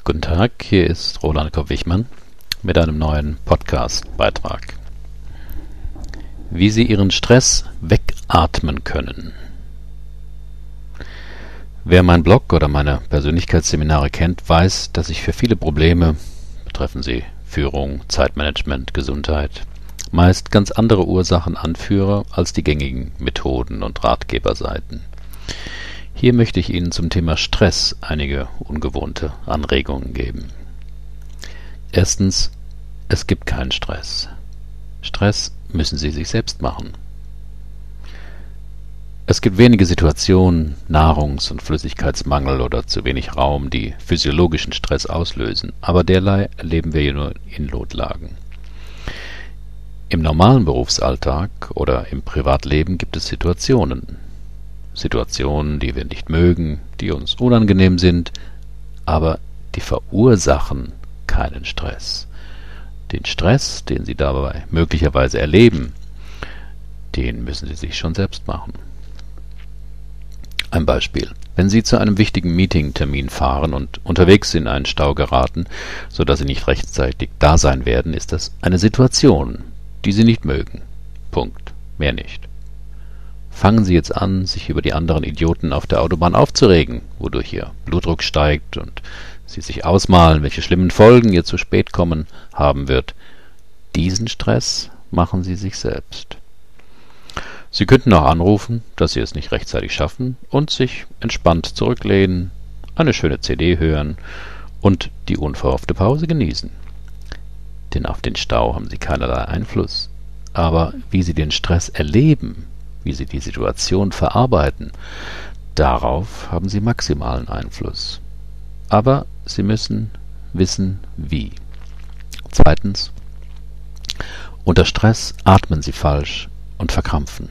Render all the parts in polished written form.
Guten Tag, hier ist Roland Kopp-Wichmann mit einem neuen Podcast-Beitrag. Wie Sie Ihren Stress wegatmen können. Wer meinen Blog oder meine Persönlichkeitsseminare kennt, weiß, dass ich für viele Probleme, betreffen sie Führung, Zeitmanagement, Gesundheit, meist ganz andere Ursachen anführe als die gängigen Methoden und Ratgeberseiten. Hier möchte ich Ihnen zum Thema Stress einige ungewohnte Anregungen geben. Erstens, es gibt keinen Stress. Stress müssen Sie sich selbst machen. Es gibt wenige Situationen, Nahrungs- und Flüssigkeitsmangel oder zu wenig Raum, die physiologischen Stress auslösen, aber derlei erleben wir ja nur in Notlagen. Im normalen Berufsalltag oder im Privatleben gibt es Situationen, die wir nicht mögen, die uns unangenehm sind, aber die verursachen keinen Stress. Den Stress, den Sie dabei möglicherweise erleben, den müssen Sie sich schon selbst machen. Ein Beispiel. Wenn Sie zu einem wichtigen Meetingtermin fahren und unterwegs in einen Stau geraten, sodass Sie nicht rechtzeitig da sein werden, ist das eine Situation, die Sie nicht mögen. Punkt. Mehr nicht. Fangen Sie jetzt an, sich über die anderen Idioten auf der Autobahn aufzuregen, wodurch Ihr Blutdruck steigt und Sie sich ausmalen, welche schlimmen Folgen Ihr zu spät kommen haben wird. Diesen Stress machen Sie sich selbst. Sie könnten auch anrufen, dass Sie es nicht rechtzeitig schaffen und sich entspannt zurücklehnen, eine schöne CD hören und die unverhoffte Pause genießen. Denn auf den Stau haben Sie keinerlei Einfluss. Aber wie Sie den Stress erleben, wie Sie die Situation verarbeiten, darauf haben Sie maximalen Einfluss. Aber Sie müssen wissen, wie. Zweitens, unter Stress atmen Sie falsch und verkrampfen.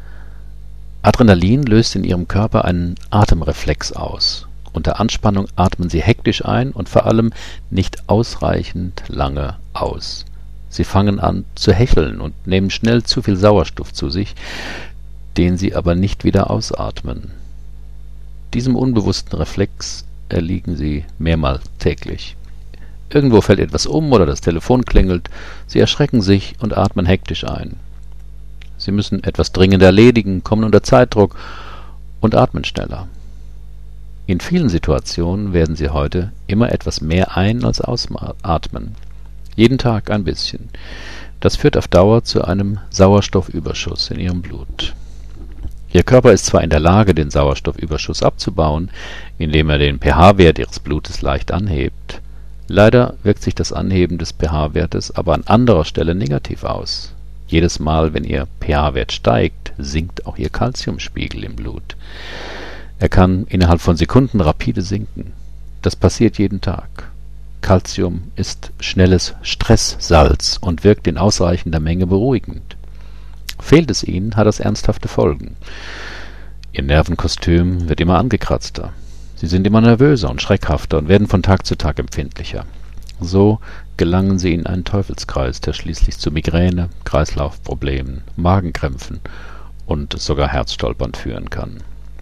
Adrenalin löst in Ihrem Körper einen Atemreflex aus. Unter Anspannung atmen Sie hektisch ein und vor allem nicht ausreichend lange aus. Sie fangen an zu hecheln und nehmen schnell zu viel Sauerstoff zu sich, den Sie aber nicht wieder ausatmen. Diesem unbewussten Reflex erliegen Sie mehrmals täglich. Irgendwo fällt etwas um oder das Telefon klingelt, Sie erschrecken sich und atmen hektisch ein. Sie müssen etwas dringend erledigen, kommen unter Zeitdruck und atmen schneller. In vielen Situationen werden Sie heute immer etwas mehr ein- als ausatmen. Jeden Tag ein bisschen. Das führt auf Dauer zu einem Sauerstoffüberschuss in Ihrem Blut. Ihr Körper ist zwar in der Lage, den Sauerstoffüberschuss abzubauen, indem er den pH-Wert Ihres Blutes leicht anhebt. Leider wirkt sich das Anheben des pH-Wertes aber an anderer Stelle negativ aus. Jedes Mal, wenn Ihr pH-Wert steigt, sinkt auch Ihr Calciumspiegel im Blut. Er kann innerhalb von Sekunden rapide sinken. Das passiert jeden Tag. Calcium ist schnelles Stresssalz und wirkt in ausreichender Menge beruhigend. Fehlt es Ihnen, hat das ernsthafte Folgen. Ihr Nervenkostüm wird immer angekratzter. Sie sind immer nervöser und schreckhafter und werden von Tag zu Tag empfindlicher. So gelangen Sie in einen Teufelskreis, der schließlich zu Migräne, Kreislaufproblemen, Magenkrämpfen und sogar Herzstolpern führen kann.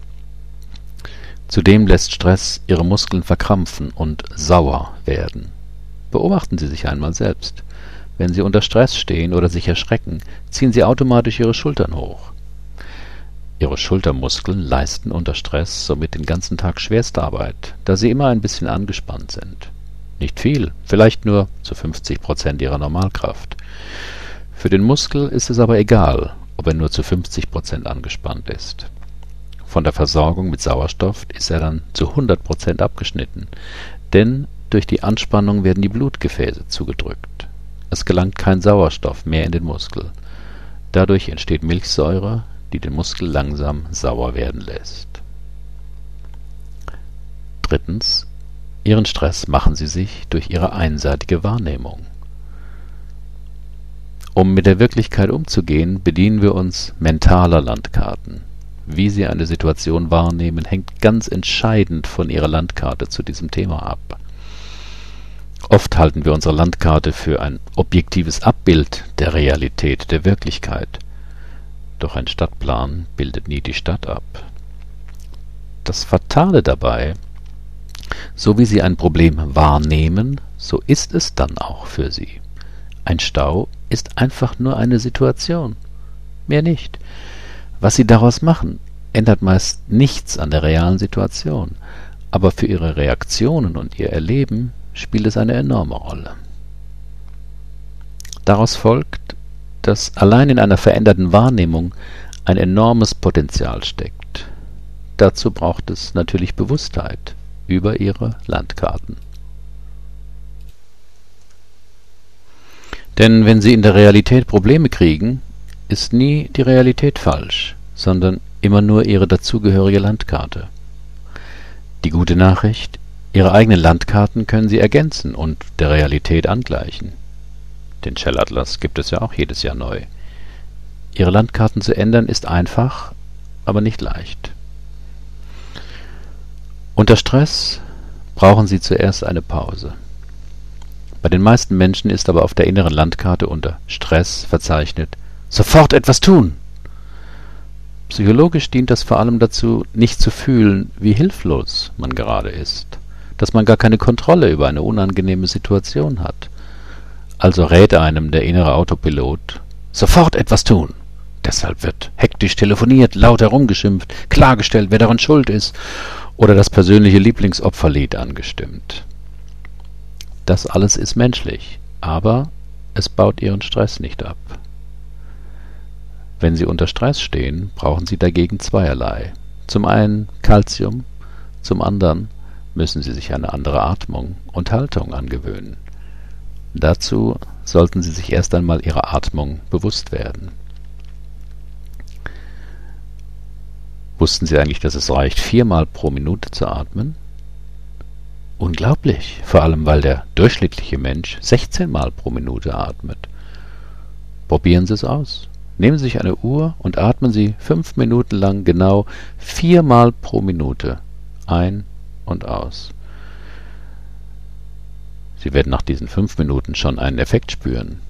Zudem lässt Stress Ihre Muskeln verkrampfen und sauer werden. Beobachten Sie sich einmal selbst. Wenn Sie unter Stress stehen oder sich erschrecken, ziehen Sie automatisch Ihre Schultern hoch. Ihre Schultermuskeln leisten unter Stress somit den ganzen Tag Schwerstarbeit, da sie immer ein bisschen angespannt sind. Nicht viel, vielleicht nur zu 50% ihrer Normalkraft. Für den Muskel ist es aber egal, ob er nur zu 50% angespannt ist. Von der Versorgung mit Sauerstoff ist er dann zu 100% abgeschnitten, denn durch die Anspannung werden die Blutgefäße zugedrückt. Es gelangt kein Sauerstoff mehr in den Muskel. Dadurch entsteht Milchsäure, die den Muskel langsam sauer werden lässt. Drittens, Ihren Stress machen Sie sich durch Ihre einseitige Wahrnehmung. Um mit der Wirklichkeit umzugehen, bedienen wir uns mentaler Landkarten. Wie Sie eine Situation wahrnehmen, hängt ganz entscheidend von Ihrer Landkarte zu diesem Thema ab. Oft halten wir unsere Landkarte für ein objektives Abbild der Realität, der Wirklichkeit. Doch ein Stadtplan bildet nie die Stadt ab. Das Fatale dabei, So wie Sie ein Problem wahrnehmen, so ist es dann auch für Sie. Ein Stau ist einfach nur eine Situation, mehr nicht. Was Sie daraus machen, ändert meist nichts an der realen Situation, aber für Ihre Reaktionen und Ihr Erleben spielt es eine enorme Rolle. Daraus folgt, dass allein in einer veränderten Wahrnehmung ein enormes Potenzial steckt. Dazu braucht es natürlich Bewusstheit über Ihre Landkarten. Denn wenn Sie in der Realität Probleme kriegen, ist nie die Realität falsch, sondern immer nur Ihre dazugehörige Landkarte. Die gute Nachricht: Ihre eigenen Landkarten können Sie ergänzen und der Realität angleichen. Den Shell-Atlas gibt es ja auch jedes Jahr neu. Ihre Landkarten zu ändern ist einfach, aber nicht leicht. Unter Stress brauchen Sie zuerst eine Pause. Bei den meisten Menschen ist aber auf der inneren Landkarte unter Stress verzeichnet: Sofort etwas tun! Psychologisch dient das vor allem dazu, nicht zu fühlen, wie hilflos man gerade ist, dass man gar keine Kontrolle über eine unangenehme Situation hat. Also rät einem der innere Autopilot: Sofort etwas tun! Deshalb wird hektisch telefoniert, laut herumgeschimpft, klargestellt, wer daran schuld ist, oder das persönliche Lieblingsopferlied angestimmt. Das alles ist menschlich, aber es baut Ihren Stress nicht ab. Wenn Sie unter Stress stehen, brauchen Sie dagegen zweierlei. Zum einen Calcium, zum anderen müssen Sie sich eine andere Atmung und Haltung angewöhnen. Dazu sollten Sie sich erst einmal Ihrer Atmung bewusst werden. Wussten Sie eigentlich, dass es reicht, 4-mal pro Minute zu atmen? Unglaublich, vor allem weil der durchschnittliche Mensch 16-mal pro Minute atmet. Probieren Sie es aus. Nehmen Sie sich eine Uhr und atmen Sie 5 Minuten lang genau 4-mal pro Minute ein und aus. Sie werden nach diesen 5 Minuten schon einen Effekt spüren.